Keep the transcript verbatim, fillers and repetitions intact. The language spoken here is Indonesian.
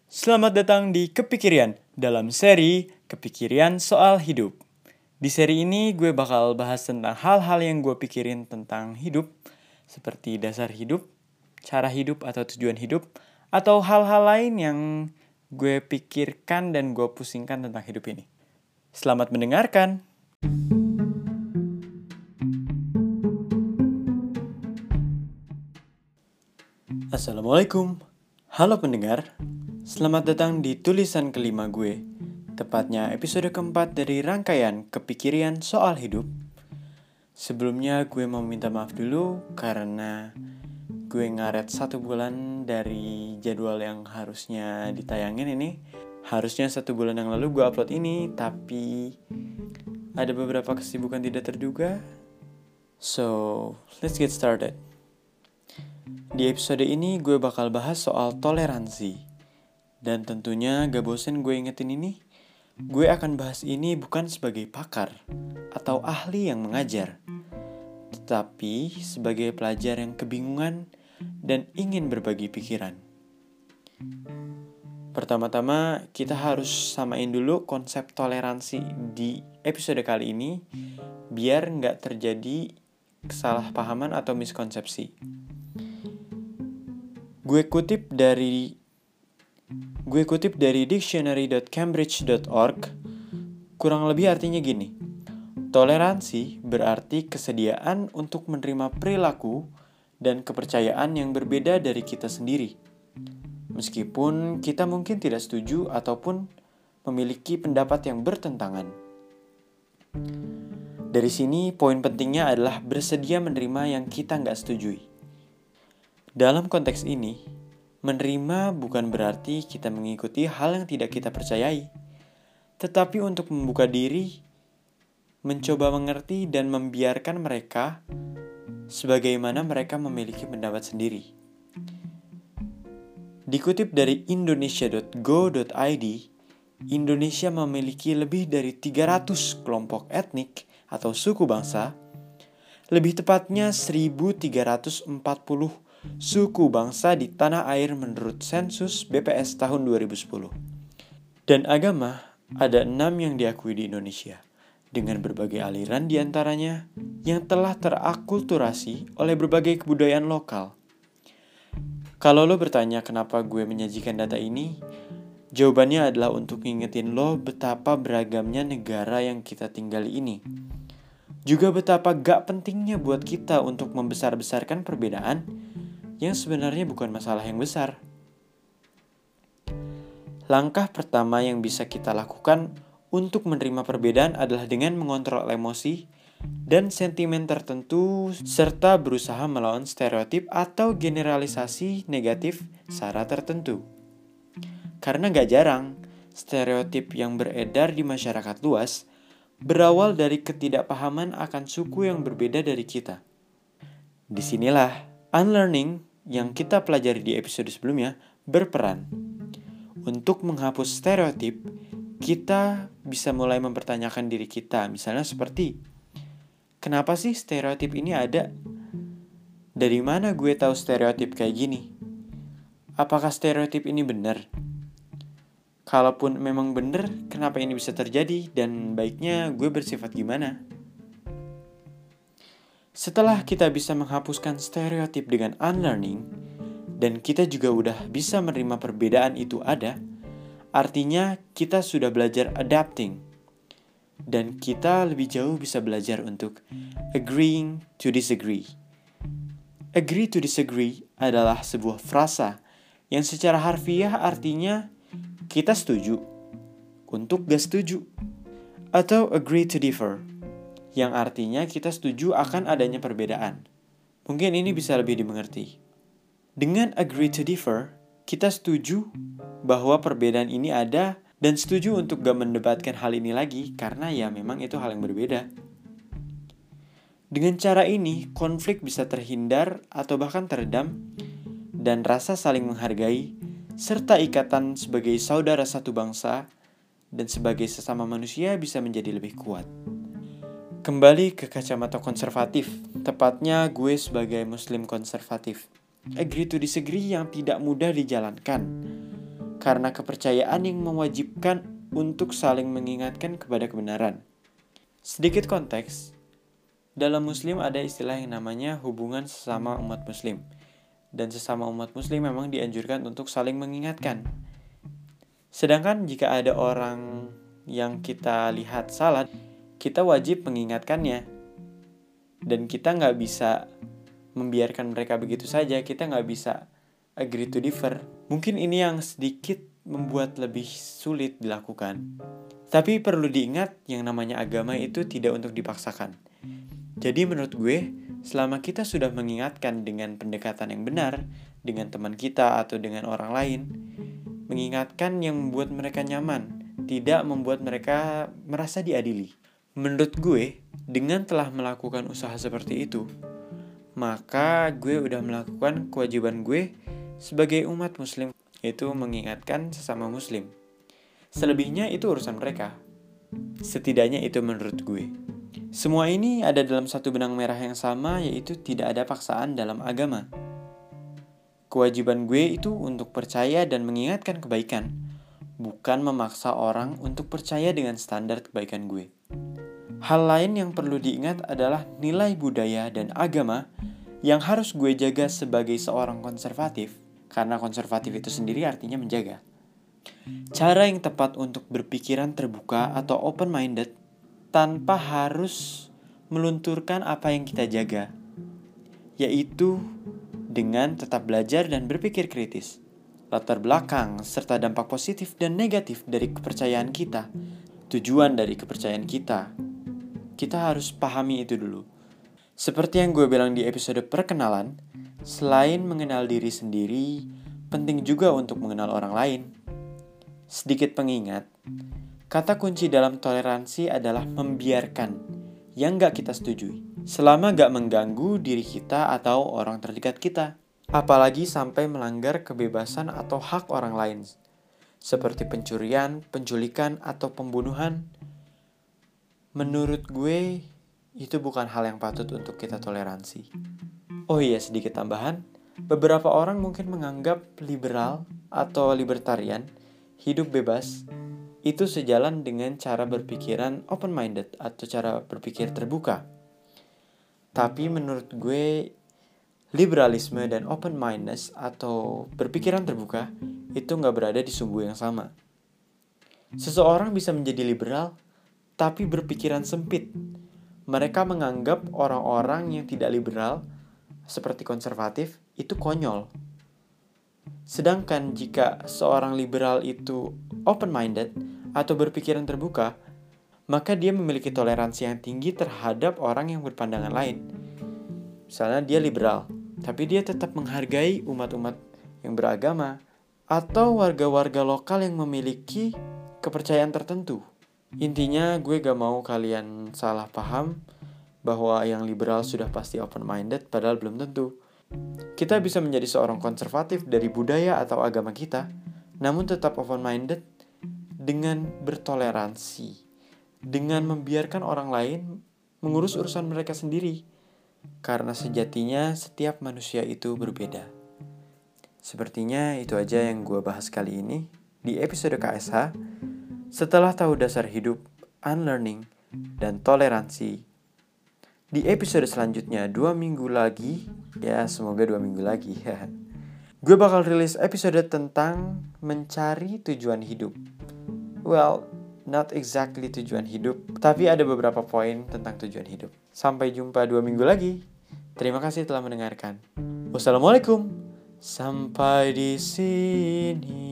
Selamat datang di Kepikirian dalam seri Kepikirian Soal Hidup. Di seri ini gue bakal bahas tentang hal-hal yang gue pikirin tentang hidup, seperti dasar hidup, cara hidup atau tujuan hidup, atau hal-hal lain yang gue pikirkan dan gue pusingkan tentang hidup ini. Selamat mendengarkan! Assalamualaikum, halo pendengar. Selamat datang di tulisan kelima gue, tepatnya episode keempat dari rangkaian Kepikirian Soal Hidup. Sebelumnya gue mau minta maaf dulu karena gue ngaret satu bulan dari jadwal yang harusnya ditayangin ini. Harusnya satu bulan yang lalu gue upload ini, tapi ada beberapa kesibukan tidak terduga. So, let's get started. Di episode ini gue bakal bahas soal toleransi. Dan tentunya gak bosen gue ingetin ini, gue akan bahas ini bukan sebagai pakar atau ahli yang mengajar, tetapi sebagai pelajar yang kebingungan dan ingin berbagi pikiran. Pertama-tama kita harus samain dulu konsep toleransi di episode kali ini, biar gak terjadi kesalahpahaman atau miskonsepsi. Gue kutip dari Gue kutip dari dictionary dot cambridge dot org, kurang lebih artinya gini. Toleransi berarti kesediaan untuk menerima perilaku dan kepercayaan yang berbeda dari kita sendiri. Meskipun kita mungkin tidak setuju ataupun memiliki pendapat yang bertentangan. Dari sini poin pentingnya adalah bersedia menerima yang kita nggak setujui. Dalam konteks ini, menerima bukan berarti kita mengikuti hal yang tidak kita percayai, tetapi untuk membuka diri, mencoba mengerti dan membiarkan mereka sebagaimana mereka memiliki pendapat sendiri. Dikutip dari indonesia dot go dot i d, Indonesia memiliki lebih dari tiga ratus kelompok etnik atau suku bangsa, lebih tepatnya seribu tiga ratus empat puluh suku bangsa di tanah air menurut sensus B P S tahun dua ribu sepuluh. Dan agama ada enam yang diakui di Indonesia, dengan berbagai aliran diantaranya yang telah terakulturasi oleh berbagai kebudayaan lokal. Kalau lo bertanya kenapa gue menyajikan data ini, jawabannya adalah untuk ngingetin lo betapa beragamnya negara yang kita tinggali ini. Juga betapa gak pentingnya buat kita untuk membesar-besarkan perbedaan yang sebenarnya bukan masalah yang besar. Langkah pertama yang bisa kita lakukan untuk menerima perbedaan adalah dengan mengontrol emosi dan sentimen tertentu serta berusaha melawan stereotip atau generalisasi negatif sara tertentu. Karena gak jarang, stereotip yang beredar di masyarakat luas berawal dari ketidakpahaman akan suku yang berbeda dari kita. Disinilah unlearning yang kita pelajari di episode sebelumnya berperan. Untuk menghapus stereotip, kita bisa mulai mempertanyakan diri kita. Misalnya seperti, kenapa sih stereotip ini ada? Dari mana gue tahu stereotip kayak gini? Apakah stereotip ini benar? Kalaupun memang benar, kenapa ini bisa terjadi? Dan baiknya gue bersifat gimana? Setelah kita bisa menghapuskan stereotip dengan unlearning, dan kita juga udah bisa menerima perbedaan itu ada, artinya kita sudah belajar adapting. Dan kita lebih jauh bisa belajar untuk agreeing to disagree. Agree to disagree adalah sebuah frasa yang secara harfiah artinya kita setuju untuk gak setuju, atau agree to differ, yang artinya kita setuju akan adanya perbedaan. Mungkin ini bisa lebih dimengerti. Dengan agree to differ, kita setuju bahwa perbedaan ini ada dan setuju untuk gak mendebatkan hal ini lagi karena ya memang itu hal yang berbeda. Dengan cara ini, konflik bisa terhindar atau bahkan teredam dan rasa saling menghargai serta ikatan sebagai saudara satu bangsa dan sebagai sesama manusia bisa menjadi lebih kuat. Kembali ke kacamata konservatif, tepatnya gue sebagai muslim konservatif. Agree to disagree yang tidak mudah dijalankan. karena kepercayaan yang mewajibkan untuk saling mengingatkan kepada kebenaran. Sedikit konteks, dalam Muslim ada istilah yang namanya hubungan sesama umat Muslim. Dan sesama umat Muslim memang dianjurkan untuk saling mengingatkan. Sedangkan jika ada orang yang kita lihat salah, kita wajib mengingatkannya. Dan kita nggak bisa membiarkan mereka begitu saja, kita nggak bisa agree to differ. Mungkin ini yang sedikit membuat lebih sulit dilakukan. Tapi perlu diingat, yang namanya agama itu tidak untuk dipaksakan. Jadi menurut gue, selama kita sudah mengingatkan dengan pendekatan yang benar, dengan teman kita atau dengan orang lain, mengingatkan yang membuat mereka nyaman, tidak membuat mereka merasa diadili. Menurut gue, dengan telah melakukan usaha seperti itu, maka gue udah melakukan kewajiban gue sebagai umat Muslim, yaitu mengingatkan sesama Muslim. Selebihnya itu urusan mereka. Setidaknya itu menurut gue. Semua ini ada dalam satu benang merah yang sama, yaitu tidak ada paksaan dalam agama. Kewajiban gue itu untuk percaya dan mengingatkan kebaikan, bukan memaksa orang untuk percaya dengan standar kebaikan gue. Hal lain yang perlu diingat adalah nilai budaya dan agama yang harus gue jaga sebagai seorang konservatif, karena konservatif itu sendiri artinya menjaga. Cara yang tepat untuk berpikiran terbuka atau open-minded tanpa harus melunturkan apa yang kita jaga, yaitu dengan tetap belajar dan berpikir kritis. Latar belakang serta dampak positif dan negatif dari kepercayaan kita, tujuan dari kepercayaan kita, kita harus pahami itu dulu. Seperti yang gue bilang di episode perkenalan, selain mengenal diri sendiri, penting juga untuk mengenal orang lain. Sedikit pengingat, kata kunci dalam toleransi adalah membiarkan yang gak kita setujui, selama gak mengganggu diri kita atau orang terdekat kita. Apalagi sampai melanggar kebebasan atau hak orang lain, seperti pencurian, penculikan, atau pembunuhan. Menurut gue, itu bukan hal yang patut untuk kita toleransi. Oh iya, sedikit tambahan, beberapa orang mungkin menganggap liberal atau libertarian, hidup bebas, itu sejalan dengan cara berpikiran open-minded atau cara berpikir terbuka. Tapi menurut gue, liberalisme dan open-mindedness atau berpikiran terbuka itu gak berada di sumbu yang sama. Seseorang bisa menjadi liberal, tapi berpikiran sempit. Mereka menganggap orang-orang yang tidak liberal, seperti konservatif, itu konyol. Sedangkan jika seorang liberal itu open-minded atau berpikiran terbuka, maka dia memiliki toleransi yang tinggi terhadap orang yang berpandangan lain. Misalnya dia liberal, tapi dia tetap menghargai umat-umat yang beragama atau warga-warga lokal yang memiliki kepercayaan tertentu. Intinya gue gak mau kalian salah paham bahwa yang liberal sudah pasti open-minded, padahal belum tentu. Kita bisa menjadi seorang konservatif dari budaya atau agama kita, namun tetap open-minded dengan bertoleransi, dengan membiarkan orang lain mengurus urusan mereka sendiri, karena sejatinya setiap manusia itu berbeda. Sepertinya itu aja yang gue bahas kali ini di episode K S H. Setelah tahu dasar hidup, unlearning, dan toleransi, di episode selanjutnya dua minggu lagi, ya semoga dua minggu lagi ya, gue bakal rilis episode tentang mencari tujuan hidup. Well, not exactly tujuan hidup, tapi ada beberapa poin tentang tujuan hidup. Sampai jumpa dua minggu lagi. Terima kasih telah mendengarkan. Wassalamualaikum. Sampai di sini.